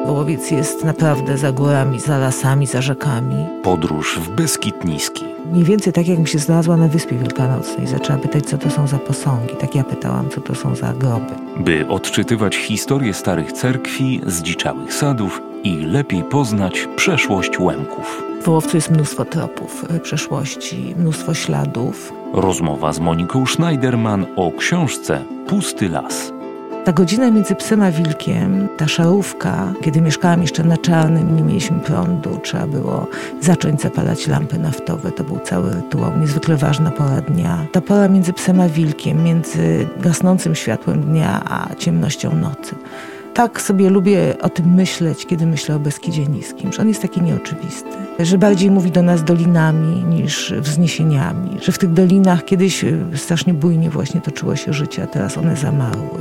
Wołowiec jest naprawdę za górami, za lasami, za rzekami. Podróż w Beskid Niski. Mniej więcej tak, jakbym się znalazła na Wyspie Wielkanocnej. Zaczęła pytać, co to są za posągi. Tak ja pytałam, co to są za groby. By odczytywać historię starych cerkwi, zdziczałych sadów i lepiej poznać przeszłość Łemków. W Wołowcu jest mnóstwo tropów przeszłości, mnóstwo śladów. Rozmowa z Moniką Schneiderman o książce Pusty las. Ta godzina między psem a wilkiem, ta szarówka, kiedy mieszkałam jeszcze na Czarnym, nie mieliśmy prądu, trzeba było zacząć zapalać lampy naftowe. To był cały rytuał, niezwykle ważna pora dnia. Ta pora między psem a wilkiem, między gasnącym światłem dnia a ciemnością nocy. Tak sobie lubię o tym myśleć, kiedy myślę o Beskidzie Niskim, że on jest taki nieoczywisty, że bardziej mówi do nas dolinami niż wzniesieniami, że w tych dolinach kiedyś strasznie bujnie właśnie toczyło się życie, a teraz one zamarły.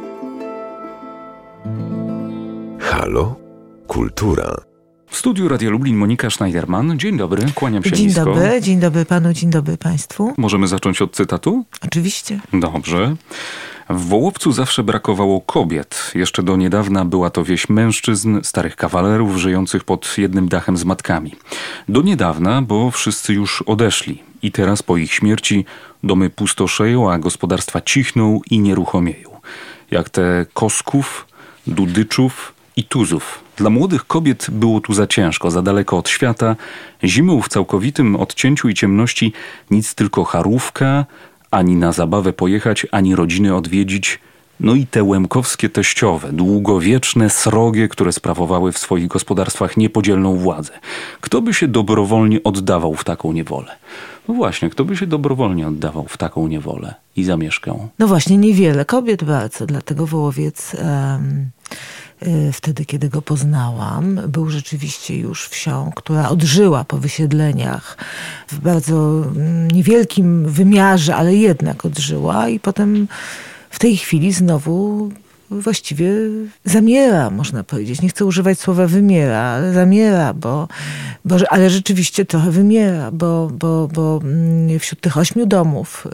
Halo? Kultura. W studiu Radia Lublin Monika Schneiderman. Dzień dobry, kłaniam się nisko. Dzień dobry panu, dzień dobry państwu. Możemy zacząć od cytatu? Oczywiście. Dobrze. W Wołowcu zawsze brakowało kobiet. Jeszcze do niedawna była to wieś mężczyzn, starych kawalerów żyjących pod jednym dachem z matkami. Do niedawna, bo wszyscy już odeszli. I teraz po ich śmierci domy pustoszeją, a gospodarstwa cichną i nieruchomieją. Jak te Kosków, Dudyczów i Tuzów. Dla młodych kobiet było tu za ciężko, za daleko od świata. Zimą w całkowitym odcięciu i ciemności nic, tylko charówka, ani na zabawę pojechać, ani rodziny odwiedzić. No i te łemkowskie teściowe, długowieczne srogie, które sprawowały w swoich gospodarstwach niepodzielną władzę. Kto by się dobrowolnie oddawał w taką niewolę? No właśnie, kto by się dobrowolnie oddawał w taką niewolę i zamieszkał? No właśnie, niewiele kobiet bardzo, dlatego Wołowiec wtedy, kiedy go poznałam, był rzeczywiście już wsią, która odżyła po wysiedleniach w bardzo niewielkim wymiarze, ale jednak odżyła i potem w tej chwili znowu właściwie zamiera, można powiedzieć. Nie chcę używać słowa wymiera, ale zamiera, ale rzeczywiście trochę wymiera, bo wśród tych 8 domów,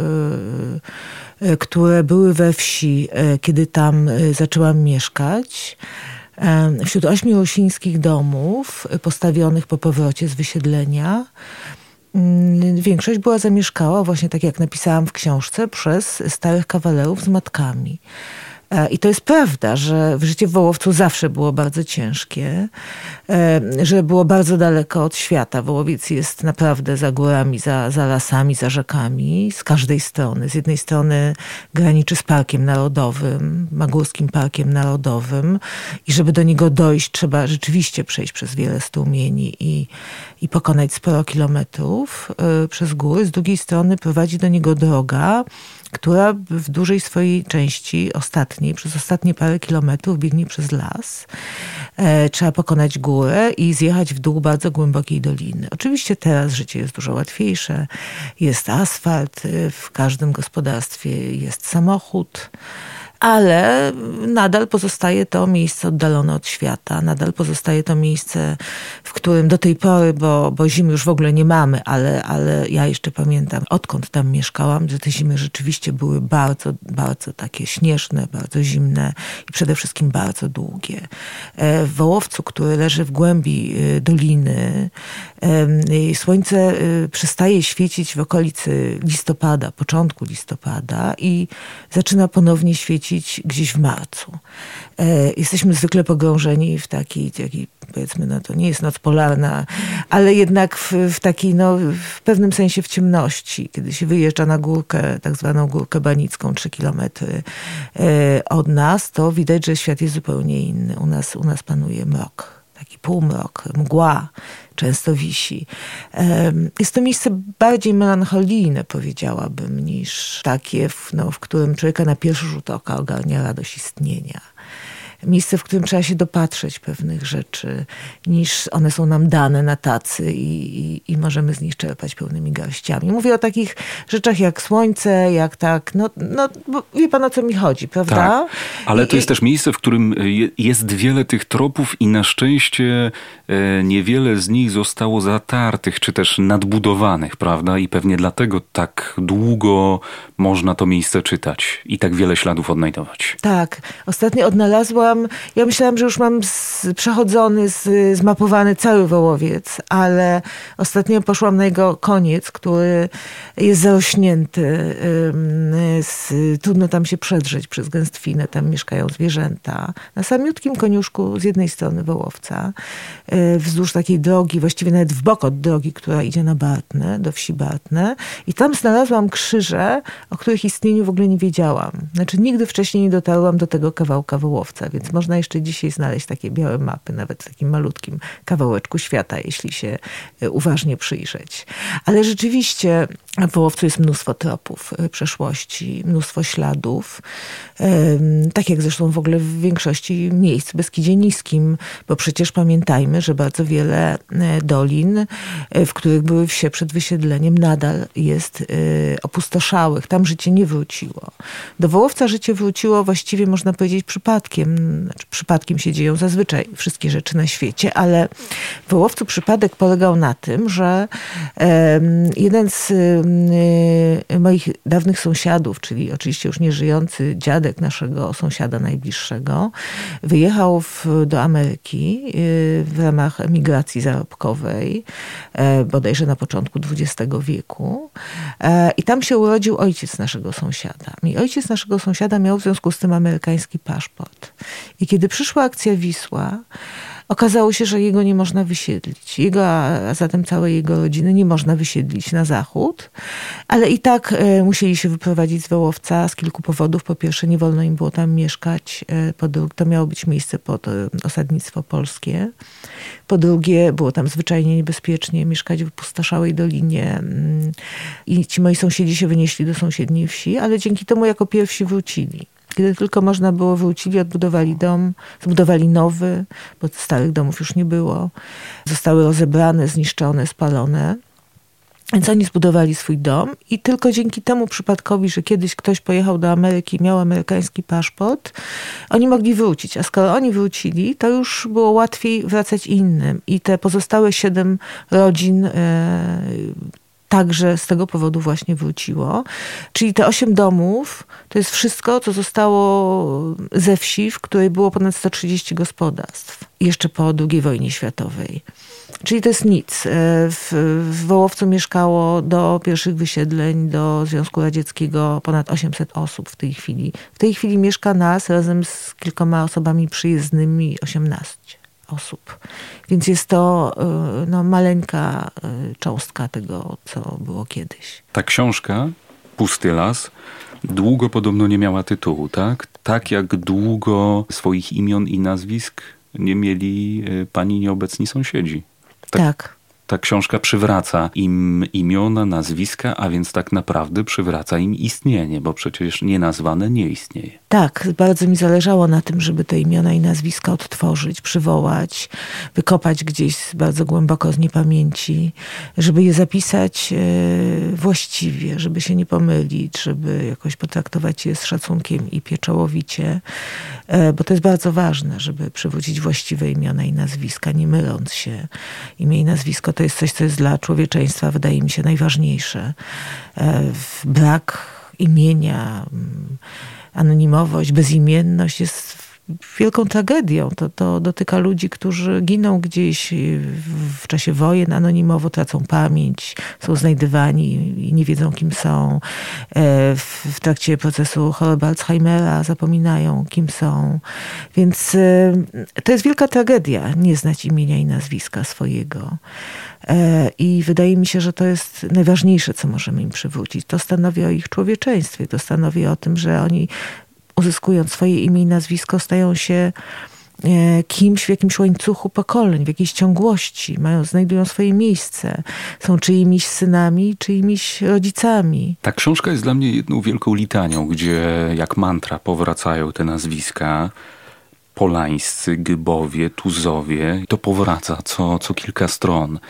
które były we wsi, kiedy tam zaczęłam mieszkać, wśród 8 osińskich domów postawionych po powrocie z wysiedlenia, większość była zamieszkała, właśnie tak jak napisałam w książce, przez starych kawalerów z matkami. I to jest prawda, że życie w Wołowcu zawsze było bardzo ciężkie, że było bardzo daleko od świata. Wołowiec jest naprawdę za górami, za lasami, za rzekami, z każdej strony. Z jednej strony graniczy z Parkiem Narodowym, Magórskim Parkiem Narodowym i żeby do niego dojść, trzeba rzeczywiście przejść przez wiele strumieni i pokonać sporo kilometrów przez góry. Z drugiej strony prowadzi do niego droga, która w dużej swojej części przez ostatnie parę kilometrów biegnie przez las. Trzeba pokonać górę i zjechać w dół bardzo głębokiej doliny. Oczywiście teraz życie jest dużo łatwiejsze. Jest asfalt, w każdym gospodarstwie jest samochód. Ale nadal pozostaje to miejsce oddalone od świata. Nadal pozostaje to miejsce, w którym do tej pory, bo zimy już w ogóle nie mamy, ale ja jeszcze pamiętam, odkąd tam mieszkałam, że te zimy rzeczywiście były bardzo, bardzo takie śnieżne, bardzo zimne i przede wszystkim bardzo długie. W Wołowcu, który leży w głębi doliny, słońce przestaje świecić w okolicy listopada, początku listopada i zaczyna ponownie świecić gdzieś w marcu. Jesteśmy zwykle pogrążeni w takiej, powiedzmy, no to nie jest noc polarna, ale jednak w takiej, no w pewnym sensie w ciemności. Kiedy się wyjeżdża na górkę, tak zwaną Górkę Banicką, 3 kilometry od nas, to widać, że świat jest zupełnie inny. U nas panuje mrok. Taki półmrok, mgła często wisi. Jest to miejsce bardziej melancholijne, powiedziałabym, niż takie, w którym człowieka na pierwszy rzut oka ogarnia radość istnienia. Miejsce, w którym trzeba się dopatrzeć pewnych rzeczy, niż one są nam dane na tacy i możemy z nich czerpać pełnymi garściami. Mówię o takich rzeczach jak słońce, jak tak, bo wie pan, o co mi chodzi, prawda? Tak, ale to jest też miejsce, w którym jest wiele tych tropów i na szczęście niewiele z nich zostało zatartych, czy też nadbudowanych, prawda? I pewnie dlatego tak długo można to miejsce czytać i tak wiele śladów odnajdować. Tak. Ostatnio odnalazłam ja myślałam, że już mam przechodzony, zmapowany cały Wołowiec, ale ostatnio poszłam na jego koniec, który jest zarośnięty. Trudno tam się przedrzeć przez gęstwinę, tam mieszkają zwierzęta. Na samiutkim koniuszku z jednej strony Wołowca, wzdłuż takiej drogi, właściwie nawet w bok od drogi, która idzie na Bartnę, do wsi Bartnę. I tam znalazłam krzyże, o których istnieniu w ogóle nie wiedziałam. Znaczy nigdy wcześniej nie dotarłam do tego kawałka Wołowca, więc można jeszcze dzisiaj znaleźć takie białe mapy, nawet w takim malutkim kawałeczku świata, jeśli się uważnie przyjrzeć. Ale rzeczywiście w Wołowcu jest mnóstwo tropów przeszłości, mnóstwo śladów. Tak jak zresztą w ogóle w większości miejsc w Beskidzie Niskim, bo przecież pamiętajmy, że bardzo wiele dolin, w których były wsie przed wysiedleniem, nadal jest opustoszałych. Tam życie nie wróciło. Do Wołowca życie wróciło właściwie, można powiedzieć, przypadkiem. Znaczy, przypadkiem się dzieją zazwyczaj wszystkie rzeczy na świecie, ale w Wołowcu przypadek polegał na tym, że jeden z moich dawnych sąsiadów, czyli oczywiście już nieżyjący dziadek naszego sąsiada najbliższego, wyjechał do Ameryki w ramach emigracji zarobkowej, bodajże na początku XX wieku. I tam się urodził ojciec naszego sąsiada. I ojciec naszego sąsiada miał w związku z tym amerykański paszport. I kiedy przyszła akcja Wisła, okazało się, że jego nie można wysiedlić. Jego, a zatem całej jego rodziny nie można wysiedlić na zachód. Ale i tak musieli się wyprowadzić z Wołowca z kilku powodów. Po pierwsze, nie wolno im było tam mieszkać. Po drugie, to miało być miejsce pod osadnictwo polskie. Po drugie, było tam zwyczajnie niebezpiecznie mieszkać w opustoszałej dolinie. I ci moi sąsiedzi się wynieśli do sąsiedniej wsi, ale dzięki temu jako pierwsi wrócili. Kiedy tylko można było, wrócili, odbudowali dom, zbudowali nowy, bo starych domów już nie było. Zostały rozebrane, zniszczone, spalone. Więc oni zbudowali swój dom i tylko dzięki temu przypadkowi, że kiedyś ktoś pojechał do Ameryki i miał amerykański paszport, oni mogli wrócić. A skoro oni wrócili, to już było łatwiej wracać innym. I te pozostałe 7 rodzin także z tego powodu właśnie wróciło. Czyli te 8 domów to jest wszystko, co zostało ze wsi, w której było ponad 130 gospodarstw. Jeszcze po II wojnie światowej. Czyli to jest nic. W Wołowcu mieszkało do pierwszych wysiedleń, do Związku Radzieckiego ponad 800 osób w tej chwili. W tej chwili mieszka nas razem z kilkoma osobami przyjezdnymi 18 osób. Więc jest to maleńka cząstka tego, co było kiedyś. Ta książka, Pusty las, długo podobno nie miała tytułu, tak? Tak jak długo swoich imion i nazwisk nie mieli pani nieobecni sąsiedzi. Tak. Ta książka przywraca im imiona, nazwiska, a więc tak naprawdę przywraca im istnienie, bo przecież nienazwane nie istnieje. Tak, bardzo mi zależało na tym, żeby te imiona i nazwiska odtworzyć, przywołać, wykopać gdzieś bardzo głęboko z niepamięci, żeby je zapisać właściwie, żeby się nie pomylić, żeby jakoś potraktować je z szacunkiem i pieczołowicie, bo to jest bardzo ważne, żeby przywrócić właściwe imiona i nazwiska, nie myląc się. Imię i nazwisko to jest coś, co jest dla człowieczeństwa, wydaje mi się, najważniejsze. Brak imienia, anonimowość, bezimienność jest wielką tragedią. To dotyka ludzi, którzy giną gdzieś w czasie wojen anonimowo, tracą pamięć, są znajdywani i nie wiedzą, kim są. W trakcie procesu choroby Alzheimera zapominają, kim są. Więc to jest wielka tragedia, nie znać imienia i nazwiska swojego. I wydaje mi się, że to jest najważniejsze, co możemy im przywrócić. To stanowi o ich człowieczeństwie, to stanowi o tym, że oni uzyskując swoje imię i nazwisko, stają się kimś w jakimś łańcuchu pokoleń, w jakiejś ciągłości, znajdują swoje miejsce, są czyimiś synami, czyimiś rodzicami. Ta książka jest dla mnie jedną wielką litanią, gdzie jak mantra powracają te nazwiska. Polańscy, Gybowie, Tuzowie. To powraca co kilka stron.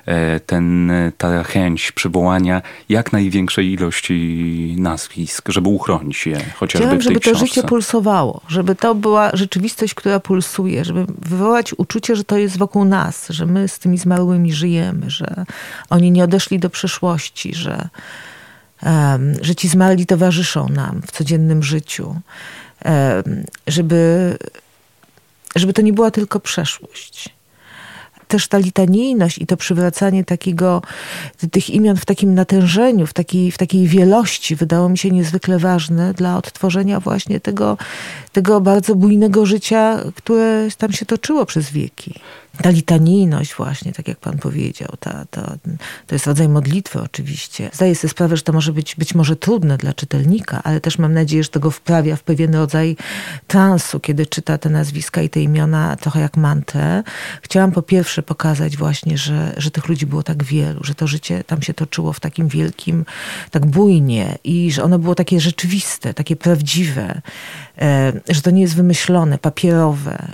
Ta chęć przywołania jak największej ilości nazwisk, żeby uchronić je chociażby chciałam, w tej żeby książce. To życie pulsowało, żeby to była rzeczywistość, która pulsuje, żeby wywołać uczucie, że to jest wokół nas, że my z tymi zmarłymi żyjemy, że oni nie odeszli do przeszłości, że ci zmarli towarzyszą nam w codziennym życiu. Żeby żeby to nie była tylko przeszłość. Też ta litanijność i to przywracanie tych imion w takim natężeniu, w takiej wielości wydało mi się niezwykle ważne dla odtworzenia właśnie tego bardzo bujnego życia, które tam się toczyło przez wieki. Ta litanijność właśnie, tak jak pan powiedział, to jest rodzaj modlitwy oczywiście. Zdaję sobie sprawę, że to może być może trudne dla czytelnika, ale też mam nadzieję, że to go wprawia w pewien rodzaj transu, kiedy czyta te nazwiska i te imiona trochę jak mantrę. Chciałam po pierwsze pokazać właśnie, że tych ludzi było tak wielu, że to życie tam się toczyło w takim wielkim, tak bujnie i że ono było takie rzeczywiste, takie prawdziwe, że to nie jest wymyślone, papierowe.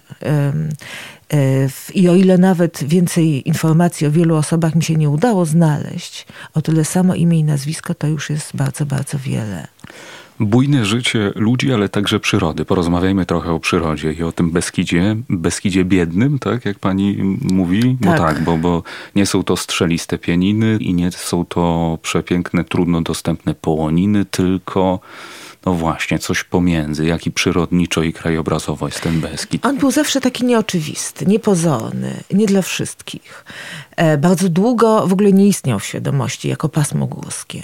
I o ile nawet więcej informacji o wielu osobach mi się nie udało znaleźć, o tyle samo imię i nazwisko to już jest bardzo, bardzo wiele. Bujne życie ludzi, ale także przyrody. Porozmawiajmy trochę o przyrodzie i o tym Beskidzie biednym, tak jak pani mówi? Tak. Bo nie są to strzeliste pieniny i nie są to przepiękne, trudno dostępne połoniny, tylko no właśnie, coś pomiędzy. Jaki przyrodniczo i krajobrazowo jest ten Beskid? On był zawsze taki nieoczywisty, niepozorny, nie dla wszystkich. Bardzo długo w ogóle nie istniał w świadomości jako pasmo górskie.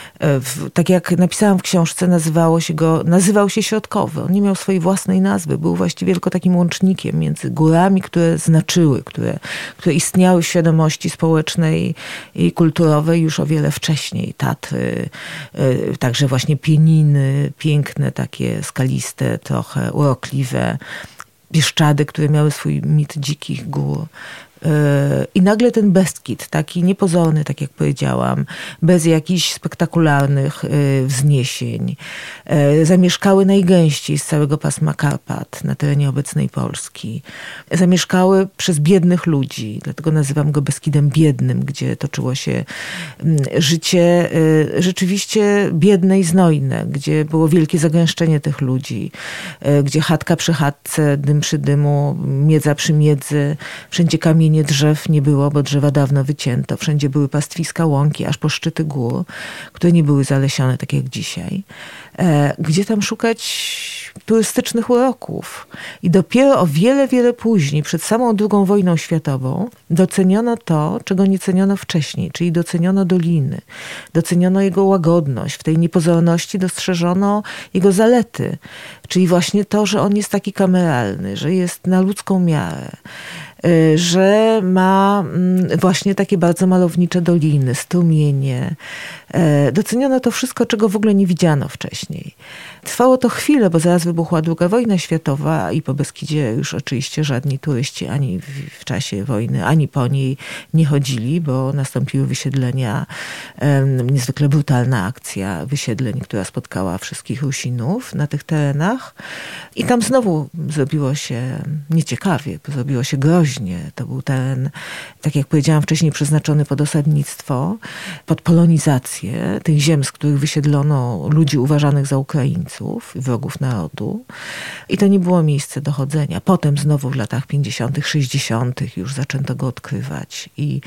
Tak jak napisałam w książce, nazywał się Środkowy. On nie miał swojej własnej nazwy. Był właściwie tylko takim łącznikiem między górami, które znaczyły, które istniały w świadomości społecznej i kulturowej już o wiele wcześniej. Tatry, także właśnie Pieniny, piękne, takie skaliste, trochę urokliwe. Bieszczady, które miały swój mit dzikich gór. I nagle ten Beskid, taki niepozorny, tak jak powiedziałam, bez jakichś spektakularnych wzniesień, zamieszkały najgęściej z całego pasma Karpat na terenie obecnej Polski. Zamieszkały przez biednych ludzi, dlatego nazywam go Beskidem biednym, gdzie toczyło się życie rzeczywiście biedne i znojne, gdzie było wielkie zagęszczenie tych ludzi, gdzie chatka przy chatce, dym przy dymu, miedza przy miedzy, wszędzie kamienie drzew nie było, bo drzewa dawno wycięto. Wszędzie były pastwiska, łąki, aż po szczyty gór, które nie były zalesione tak jak dzisiaj. Gdzie tam szukać turystycznych uroków? I dopiero o wiele, wiele później, przed samą II wojną światową, doceniono to, czego nie ceniono wcześniej, czyli doceniono doliny. Doceniono jego łagodność. W tej niepozorności dostrzeżono jego zalety. Czyli właśnie to, że on jest taki kameralny, że jest na ludzką miarę, że ma właśnie takie bardzo malownicze doliny, strumienie. Doceniono to wszystko, czego w ogóle nie widziano wcześniej. Trwało to chwilę, bo zaraz wybuchła II wojna światowa i po Beskidzie już oczywiście żadni turyści ani w czasie wojny, ani po niej nie chodzili, bo nastąpiły wysiedlenia, niezwykle brutalna akcja wysiedleń, która spotkała wszystkich Rusinów na tych terenach. I tam znowu zrobiło się nieciekawie, zrobiło się groźnie. To był teren, tak jak powiedziałam wcześniej, przeznaczony pod osadnictwo, pod polonizację tych ziem, z których wysiedlono ludzi uważanych za Ukraińców, wrogów narodu. I to nie było miejsce dochodzenia. Potem znowu w latach 50., 60. już zaczęto go odkrywać. I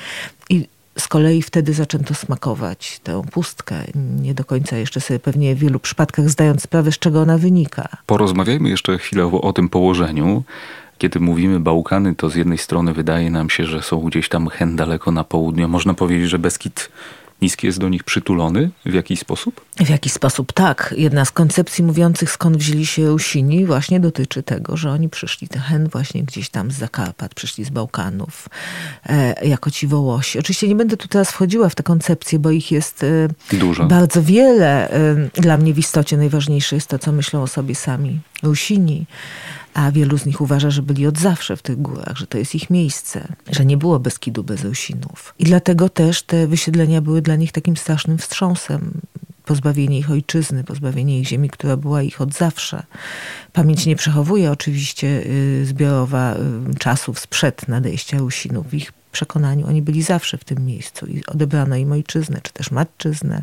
z kolei wtedy zaczęto smakować tę pustkę, nie do końca jeszcze sobie pewnie w wielu przypadkach zdając sprawę, z czego ona wynika. Porozmawiajmy jeszcze chwilę o tym położeniu. Kiedy mówimy Bałkany, to z jednej strony wydaje nam się, że są gdzieś tam hen daleko na południu. Można powiedzieć, że Beskid Niski jest do nich przytulony w jakiś sposób? W jakiś sposób, tak. Jedna z koncepcji mówiących, skąd wzięli się Rusini, właśnie dotyczy tego, że oni przyszli hen właśnie gdzieś tam z Zakarpat, przyszli z Bałkanów, jako ci Wołosi. Oczywiście nie będę tu teraz wchodziła w te koncepcje, bo ich jest dużo, bardzo wiele. Dla mnie w istocie najważniejsze jest to, co myślą o sobie sami Rusini. A wielu z nich uważa, że byli od zawsze w tych górach, że to jest ich miejsce, że nie było Beskidu bez Rusinów. I dlatego też te wysiedlenia były dla nich takim strasznym wstrząsem. Pozbawienie ich ojczyzny, pozbawienie ich ziemi, która była ich od zawsze. Pamięć nie przechowuje oczywiście zbiorowa czasów sprzed nadejścia Rusinów. W ich przekonaniu oni byli zawsze w tym miejscu i odebrano im ojczyznę, czy też matczyznę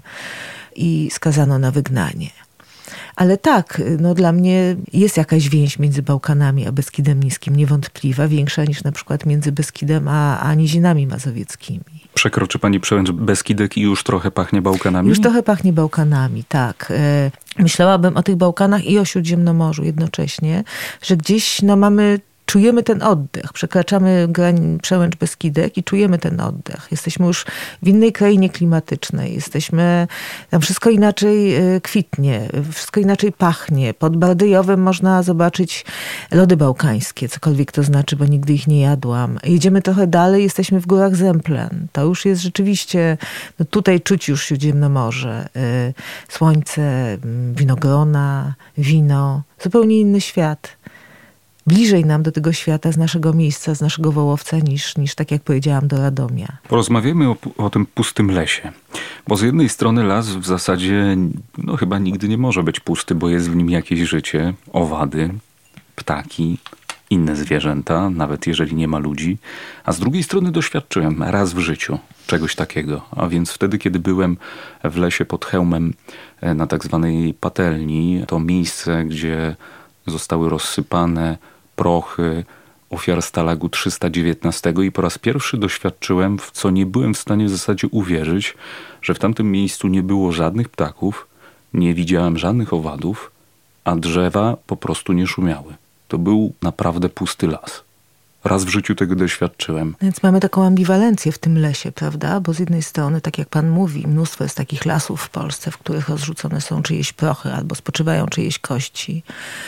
i skazano na wygnanie. Ale tak, dla mnie jest jakaś więź między Bałkanami a Beskidem Niskim, niewątpliwa, większa niż na przykład między Beskidem a Nizinami Mazowieckimi. Przekroczy pani przełęcz Beskidek i już trochę pachnie Bałkanami? Już trochę pachnie Bałkanami, tak. Myślałabym o tych Bałkanach i o Śródziemnomorzu jednocześnie, że gdzieś mamy czujemy ten oddech. Przekraczamy przełęcz Beskidek i czujemy ten oddech. Jesteśmy już w innej krainie klimatycznej. Tam wszystko inaczej kwitnie, wszystko inaczej pachnie. Pod Bardejowem można zobaczyć lody bałkańskie, cokolwiek to znaczy, bo nigdy ich nie jadłam. Jedziemy trochę dalej, jesteśmy w górach Zemplen. To już jest rzeczywiście, tutaj czuć już Śródziemnomorze. Słońce, winogrona, wino. Zupełnie inny świat. Bliżej nam do tego świata z naszego miejsca, z naszego Wołowca niż tak jak powiedziałam, do Radomia. Porozmawiajmy o tym pustym lesie. Bo z jednej strony las w zasadzie chyba nigdy nie może być pusty, bo jest w nim jakieś życie, owady, ptaki, inne zwierzęta, nawet jeżeli nie ma ludzi. A z drugiej strony doświadczyłem raz w życiu czegoś takiego. A więc wtedy, kiedy byłem w lesie pod Chełmem na tak zwanej patelni, to miejsce, gdzie zostały rozsypane prochy ofiar Stalagu 319 i po raz pierwszy doświadczyłem, w co nie byłem w stanie w zasadzie uwierzyć, że w tamtym miejscu nie było żadnych ptaków, nie widziałem żadnych owadów, a drzewa po prostu nie szumiały. To był naprawdę pusty las. Raz w życiu tego doświadczyłem. Więc mamy taką ambiwalencję w tym lesie, prawda? Bo z jednej strony, tak jak pan mówi, mnóstwo jest takich lasów w Polsce, w których rozrzucone są czyjeś prochy albo spoczywają czyjeś kości.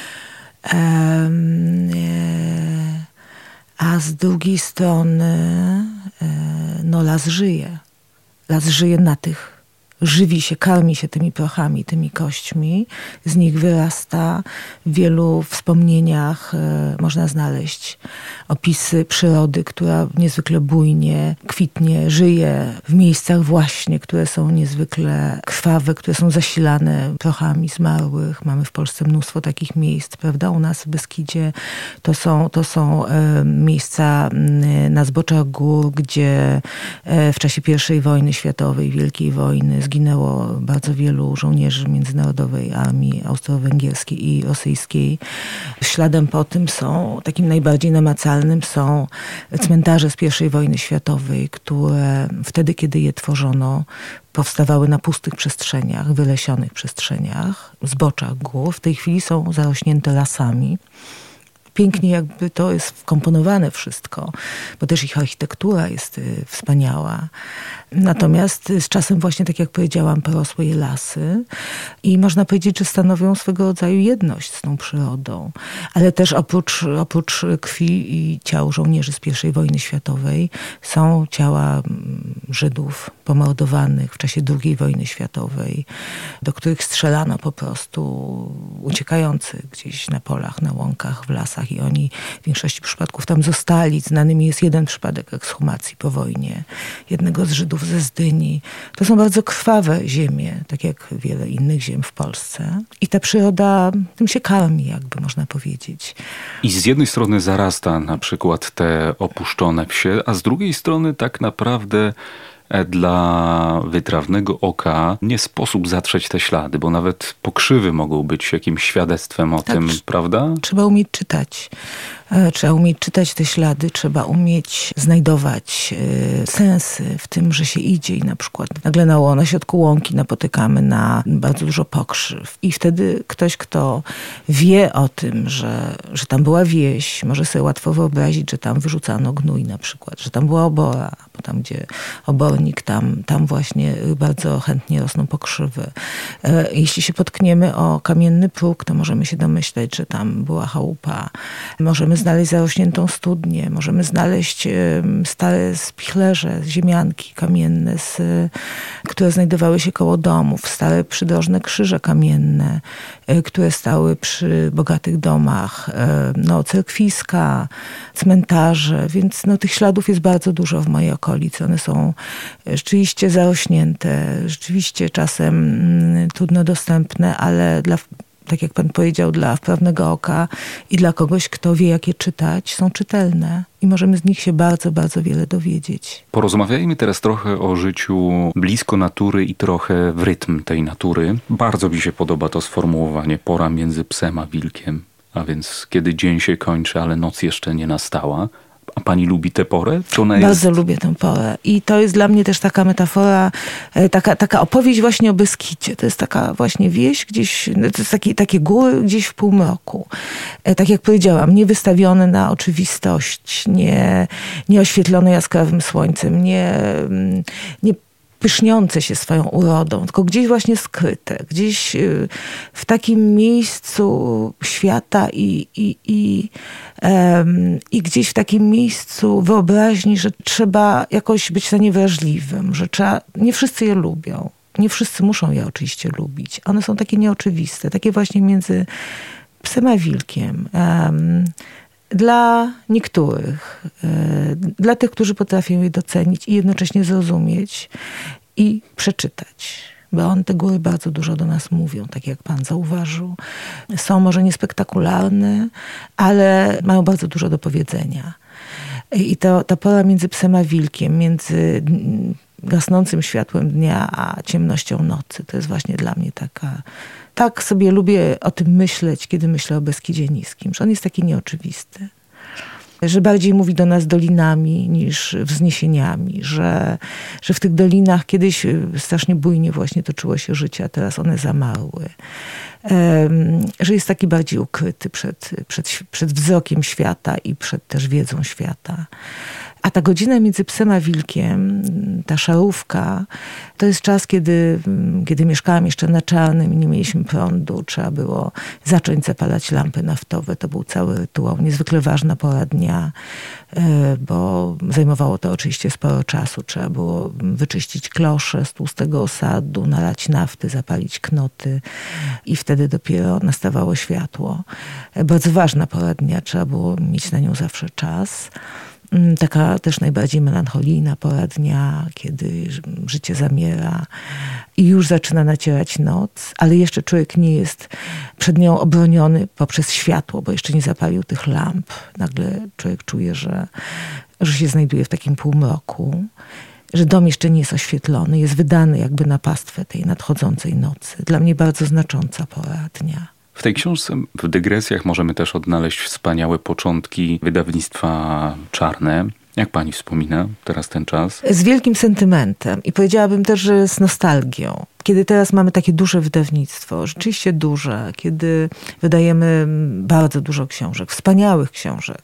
A z drugiej strony las żyje. Las żyje żywi się, karmi się tymi prochami, tymi kośćmi. Z nich wyrasta. W wielu wspomnieniach można znaleźć opisy przyrody, która niezwykle bujnie kwitnie, żyje w miejscach właśnie, które są niezwykle krwawe, które są zasilane prochami zmarłych. Mamy w Polsce mnóstwo takich miejsc, prawda? U nas w Beskidzie to są miejsca na zboczach gór, gdzie w czasie I wojny światowej, Wielkiej Wojny, zginęło bardzo wielu żołnierzy Międzynarodowej Armii Austro-Węgierskiej i Rosyjskiej. Śladem po tym takim najbardziej namacalnym są cmentarze z I wojny światowej, które wtedy, kiedy je tworzono, powstawały na pustych przestrzeniach, wylesionych przestrzeniach, zboczach gór. W tej chwili są zarośnięte lasami. Pięknie jakby to jest wkomponowane wszystko, bo też ich architektura jest wspaniała. Natomiast z czasem właśnie, tak jak powiedziałam, porosły je lasy i można powiedzieć, że stanowią swego rodzaju jedność z tą przyrodą. Ale też oprócz krwi i ciał żołnierzy z I wojny światowej są ciała Żydów pomordowanych w czasie II wojny światowej, do których strzelano po prostu uciekający gdzieś na polach, na łąkach, w lasach i oni w większości przypadków tam zostali. Znanym jest jeden przypadek ekshumacji po wojnie jednego z Żydów ze Zdyni. To są bardzo krwawe ziemie, tak jak wiele innych ziem w Polsce. I ta przyroda tym się karmi, jakby można powiedzieć. I z jednej strony zarasta na przykład te opuszczone wsie, a z drugiej strony tak naprawdę dla wytrawnego oka nie sposób zatrzeć te ślady, bo nawet pokrzywy mogą być jakimś świadectwem o tym, prawda? Trzeba umieć czytać. Trzeba umieć czytać te ślady, trzeba umieć znajdować sensy w tym, że się idzie i na przykład nagle na środku łąki napotykamy na bardzo dużo pokrzyw. I wtedy ktoś, kto wie o tym, że tam była wieś, może sobie łatwo wyobrazić, że tam wyrzucano gnój na przykład, że tam była obora, bo tam, gdzie obornik, tam właśnie bardzo chętnie rosną pokrzywy. Jeśli się potkniemy o kamienny próg, to możemy się domyśleć, że tam była chałupa. Możemy znaleźć zarośniętą studnię, możemy znaleźć stare spichlerze, ziemianki kamienne, które znajdowały się koło domów, stare przydrożne krzyże kamienne, które stały przy bogatych domach, cerkwiska, cmentarze, więc tych śladów jest bardzo dużo w mojej okolicy. One są rzeczywiście zarośnięte, rzeczywiście czasem trudno dostępne, ale tak jak pan powiedział, dla wprawnego oka i dla kogoś, kto wie, jak je czytać, są czytelne i możemy z nich się bardzo, bardzo wiele dowiedzieć. Porozmawiajmy teraz trochę o życiu blisko natury i trochę w rytm tej natury. Bardzo mi się podoba to sformułowanie pora między psem a wilkiem, a więc kiedy dzień się kończy, ale noc jeszcze nie nastała. A Pani lubi tę porę? Czy ona Bardzo lubię tę porę. I to jest dla mnie też taka metafora, taka opowieść właśnie o Beskidzie. To jest taka właśnie wieś gdzieś, to jest takie góry gdzieś w półmroku. Tak jak powiedziałam, nie wystawione na oczywistość, nie oświetlone jaskrawym słońcem, nie pyszniące się swoją urodą, tylko gdzieś właśnie skryte, gdzieś w takim miejscu świata i gdzieś w takim miejscu wyobraźni, że trzeba jakoś być na nie wrażliwym, że nie wszyscy je lubią. Nie wszyscy muszą je oczywiście lubić. One są takie nieoczywiste, takie właśnie między psem a wilkiem. Dla niektórych, dla tych, którzy potrafią je docenić i jednocześnie zrozumieć i przeczytać. Bo te góry bardzo dużo do nas mówią, tak jak pan zauważył. Są może niespektakularne, ale mają bardzo dużo do powiedzenia. I ta pora między psem a wilkiem, między gasnącym światłem dnia a ciemnością nocy, to jest właśnie dla mnie taka... Tak sobie lubię o tym myśleć, kiedy myślę o Beskidzie Niskim, że on jest taki nieoczywisty. Że bardziej mówi do nas dolinami niż wzniesieniami, że w tych dolinach kiedyś strasznie bujnie właśnie toczyło się życie, a teraz one zamarły. Że jest taki bardziej ukryty przed wzrokiem świata i przed też wiedzą świata. A ta godzina między psem a wilkiem, ta szarówka, to jest czas, kiedy mieszkałam jeszcze na Czarnym i nie mieliśmy prądu. Trzeba było zacząć zapalać lampy naftowe. To był cały rytuał, niezwykle ważna pora dnia, bo zajmowało to oczywiście sporo czasu. Trzeba było wyczyścić klosze z tłustego osadu, nalać nafty, zapalić knoty i wtedy dopiero nastawało światło. Bardzo ważna pora dnia, trzeba było mieć na nią zawsze czas. Taka też najbardziej melancholijna pora dnia, kiedy życie zamiera i już zaczyna nacierać noc, ale jeszcze człowiek nie jest przed nią obroniony poprzez światło, bo jeszcze nie zapalił tych lamp. Nagle człowiek czuje, że się znajduje w takim półmroku, że dom jeszcze nie jest oświetlony, jest wydany jakby na pastwę tej nadchodzącej nocy. Dla mnie bardzo znacząca pora dnia. W tej książce, w dygresjach, możemy też odnaleźć wspaniałe początki wydawnictwa Czarne. Jak pani wspomina teraz ten czas? Z wielkim sentymentem i powiedziałabym też, że z nostalgią. Kiedy teraz mamy takie duże wydawnictwo, rzeczywiście duże, kiedy wydajemy bardzo dużo książek, wspaniałych książek,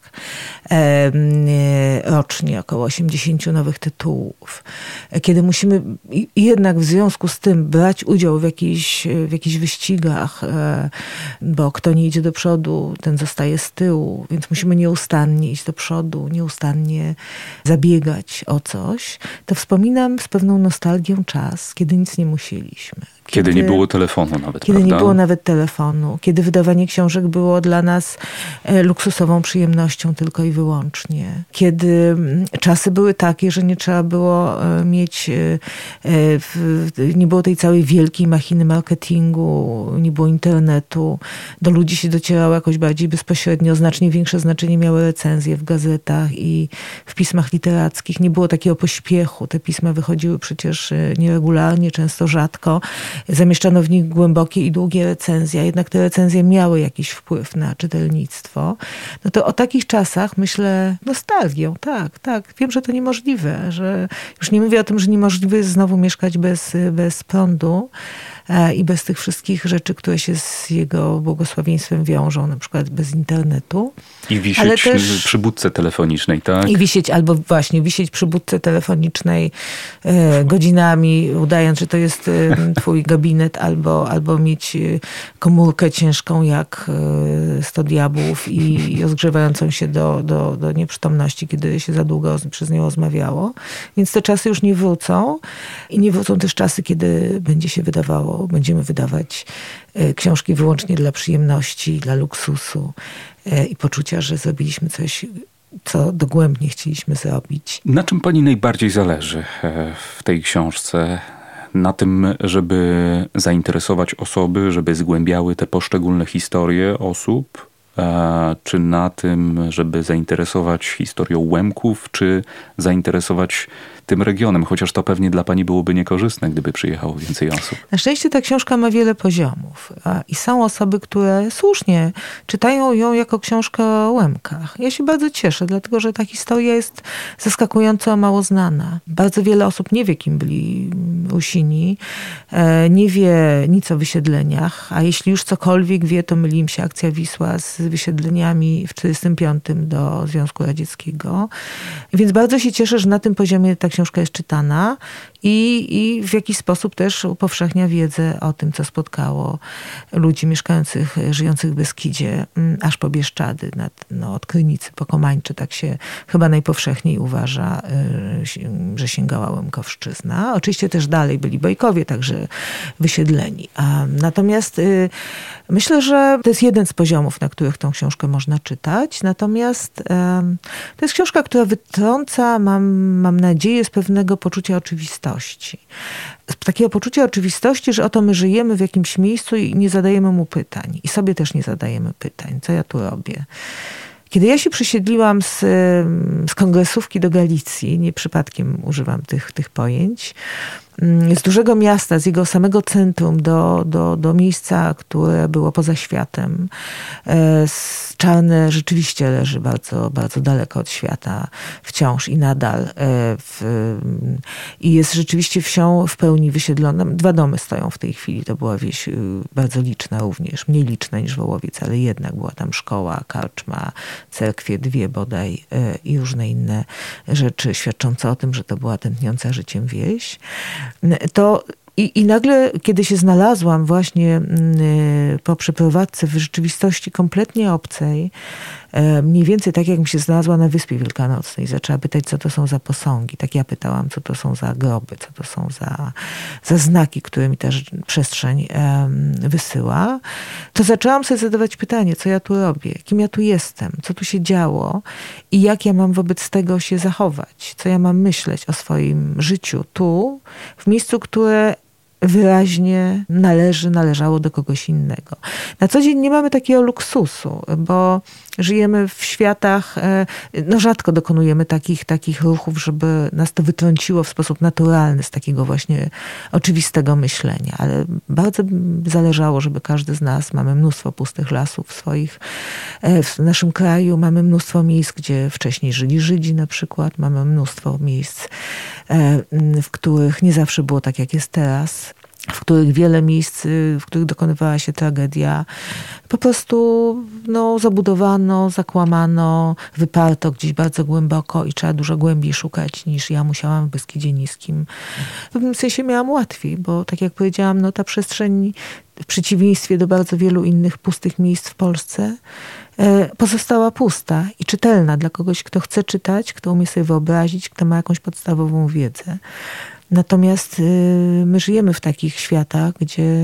rocznie około 80 nowych tytułów, kiedy musimy jednak w związku z tym brać udział w jakichś wyścigach, bo kto nie idzie do przodu, ten zostaje z tyłu, więc musimy nieustannie iść do przodu, nieustannie zabiegać o coś, to wspominam z pewną nostalgią czas, kiedy nic nie musieli. Kiedy nie było telefonu nawet, Kiedy prawda? nie było nawet telefonu. Kiedy wydawanie książek było dla nas luksusową przyjemnością tylko i wyłącznie. Kiedy czasy były takie, że nie trzeba było mieć, nie było tej całej wielkiej machiny marketingu, nie było internetu. Do ludzi się docierało jakoś bardziej bezpośrednio. Znacznie większe znaczenie miały recenzje w gazetach i w pismach literackich. Nie było takiego pośpiechu. Te pisma wychodziły przecież nieregularnie, często rzadko. Zamieszczano w nich głębokie i długie recenzje, a jednak te recenzje miały jakiś wpływ na czytelnictwo. No to o takich czasach myślę nostalgią, tak. Wiem, że to niemożliwe, że już nie mówię o tym, że niemożliwe jest znowu mieszkać bez prądu i bez tych wszystkich rzeczy, które się z jego błogosławieństwem wiążą, na przykład bez internetu. I wisieć też przy budce telefonicznej, tak? I wisieć przy budce telefonicznej godzinami, udając, że to jest twój gabinet, albo mieć komórkę ciężką jak 100 diabłów i rozgrzewającą się do nieprzytomności, kiedy się za długo przez nią rozmawiało. Więc te czasy już nie wrócą i nie wrócą też czasy, kiedy będziemy wydawać książki wyłącznie dla przyjemności, dla luksusu i poczucia, że zrobiliśmy coś, co dogłębnie chcieliśmy zrobić. Na czym pani najbardziej zależy w tej książce? Na tym, żeby zainteresować osoby, żeby zgłębiały te poszczególne historie osób? czy na tym, żeby zainteresować historią Łemków, czy zainteresować tym regionem, chociaż to pewnie dla pani byłoby niekorzystne, gdyby przyjechało więcej osób. Na szczęście ta książka ma wiele poziomów i są osoby, które słusznie czytają ją jako książkę o Łemkach. Ja się bardzo cieszę, dlatego że ta historia jest zaskakująco mało znana. Bardzo wiele osób nie wie, kim byli Łusini, nie wie nic o wysiedleniach, a jeśli już cokolwiek wie, to myli im się akcja Wisła z wysiedleniami w 1945 do Związku Radzieckiego. Więc bardzo się cieszę, że na tym poziomie ta książka jest czytana i w jakiś sposób też upowszechnia wiedzę o tym, co spotkało ludzi mieszkających, żyjących w Beskidzie, aż po Bieszczady, od Krynicy po Komańcze. Tak się chyba najpowszechniej uważa, że sięgała Łemkowszczyzna. Oczywiście też dalej byli Bojkowie, także wysiedleni. Natomiast myślę, że to jest jeden z poziomów, na których tą książkę można czytać. Natomiast to jest książka, która wytrąca, mam nadzieję, z pewnego poczucia oczywistości. Z takiego poczucia oczywistości, że oto my żyjemy w jakimś miejscu i nie zadajemy mu pytań. I sobie też nie zadajemy pytań. Co ja tu robię? Kiedy ja się przesiedliłam z kongresówki do Galicji, nie przypadkiem używam tych pojęć, z dużego miasta, z jego samego centrum do miejsca, które było poza światem. Czarne rzeczywiście leży bardzo, bardzo daleko od świata wciąż i nadal. I jest rzeczywiście wsią w pełni wysiedlona. 2 domy stoją w tej chwili. To była wieś bardzo liczna również. Mniej liczna niż Wołowiec, ale jednak była tam szkoła, karczma, cerkwie, 2 bodaj i różne inne rzeczy świadczące o tym, że to była tętniąca życiem wieś. I nagle, kiedy się znalazłam właśnie po przeprowadzce w rzeczywistości kompletnie obcej, mniej więcej tak, jak mi się znalazła na Wyspie Wielkanocnej, zaczęła pytać, co to są za posągi. Tak ja pytałam, co to są za groby, co to są za znaki, które mi ta przestrzeń wysyła. To zaczęłam sobie zadawać pytanie, co ja tu robię, kim ja tu jestem, co tu się działo i jak ja mam wobec tego się zachować, co ja mam myśleć o swoim życiu tu, w miejscu, które wyraźnie należało do kogoś innego. Na co dzień nie mamy takiego luksusu, bo żyjemy w światach, rzadko dokonujemy takich ruchów, żeby nas to wytrąciło w sposób naturalny z takiego właśnie oczywistego myślenia. Ale bardzo zależało, żeby każdy z nas, mamy mnóstwo pustych lasów w naszym kraju, mamy mnóstwo miejsc, gdzie wcześniej żyli Żydzi na przykład, mamy mnóstwo miejsc, w których nie zawsze było tak, jak jest teraz, w których wiele miejsc, w których dokonywała się tragedia, po prostu zabudowano, zakłamano, wyparto gdzieś bardzo głęboko i trzeba dużo głębiej szukać niż ja musiałam w Beskidzie Niskim. W pewnym sensie miałam łatwiej, bo tak jak powiedziałam, ta przestrzeń w przeciwieństwie do bardzo wielu innych pustych miejsc w Polsce pozostała pusta i czytelna dla kogoś, kto chce czytać, kto umie sobie wyobrazić, kto ma jakąś podstawową wiedzę. Natomiast my żyjemy w takich światach,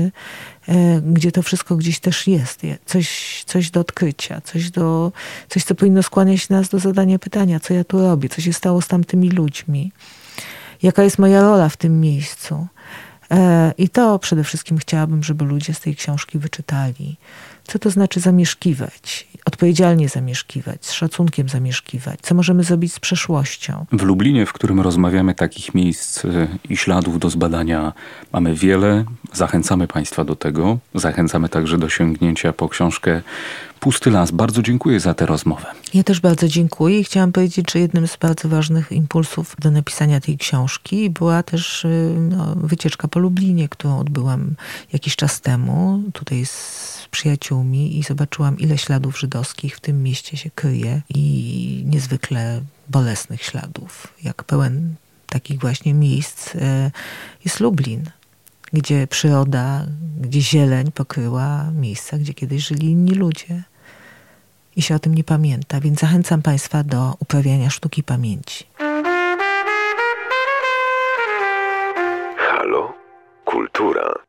gdzie to wszystko gdzieś też jest. Coś do odkrycia, coś, co powinno skłaniać nas do zadania pytania, co ja tu robię, co się stało z tamtymi ludźmi, jaka jest moja rola w tym miejscu. I to przede wszystkim chciałabym, żeby ludzie z tej książki wyczytali. Co to znaczy zamieszkiwać? Odpowiedzialnie zamieszkiwać, z szacunkiem zamieszkiwać. Co możemy zrobić z przeszłością? W Lublinie, w którym rozmawiamy, takich miejsc i śladów do zbadania mamy wiele. Zachęcamy Państwa do tego. Zachęcamy także do sięgnięcia po książkę Pusty las. Bardzo dziękuję za tę rozmowę. Ja też bardzo dziękuję i chciałam powiedzieć, że jednym z bardzo ważnych impulsów do napisania tej książki była też wycieczka po Lublinie, którą odbyłam jakiś czas temu. Tutaj z przyjaciółmi i zobaczyłam, ile śladów żydowskich w tym mieście się kryje i niezwykle bolesnych śladów. Jak pełen takich właśnie miejsc jest Lublin, gdzie przyroda, gdzie zieleń pokryła miejsca, gdzie kiedyś żyli inni ludzie. I się o tym nie pamięta, więc zachęcam Państwa do uprawiania sztuki pamięci. Halo? Kultura.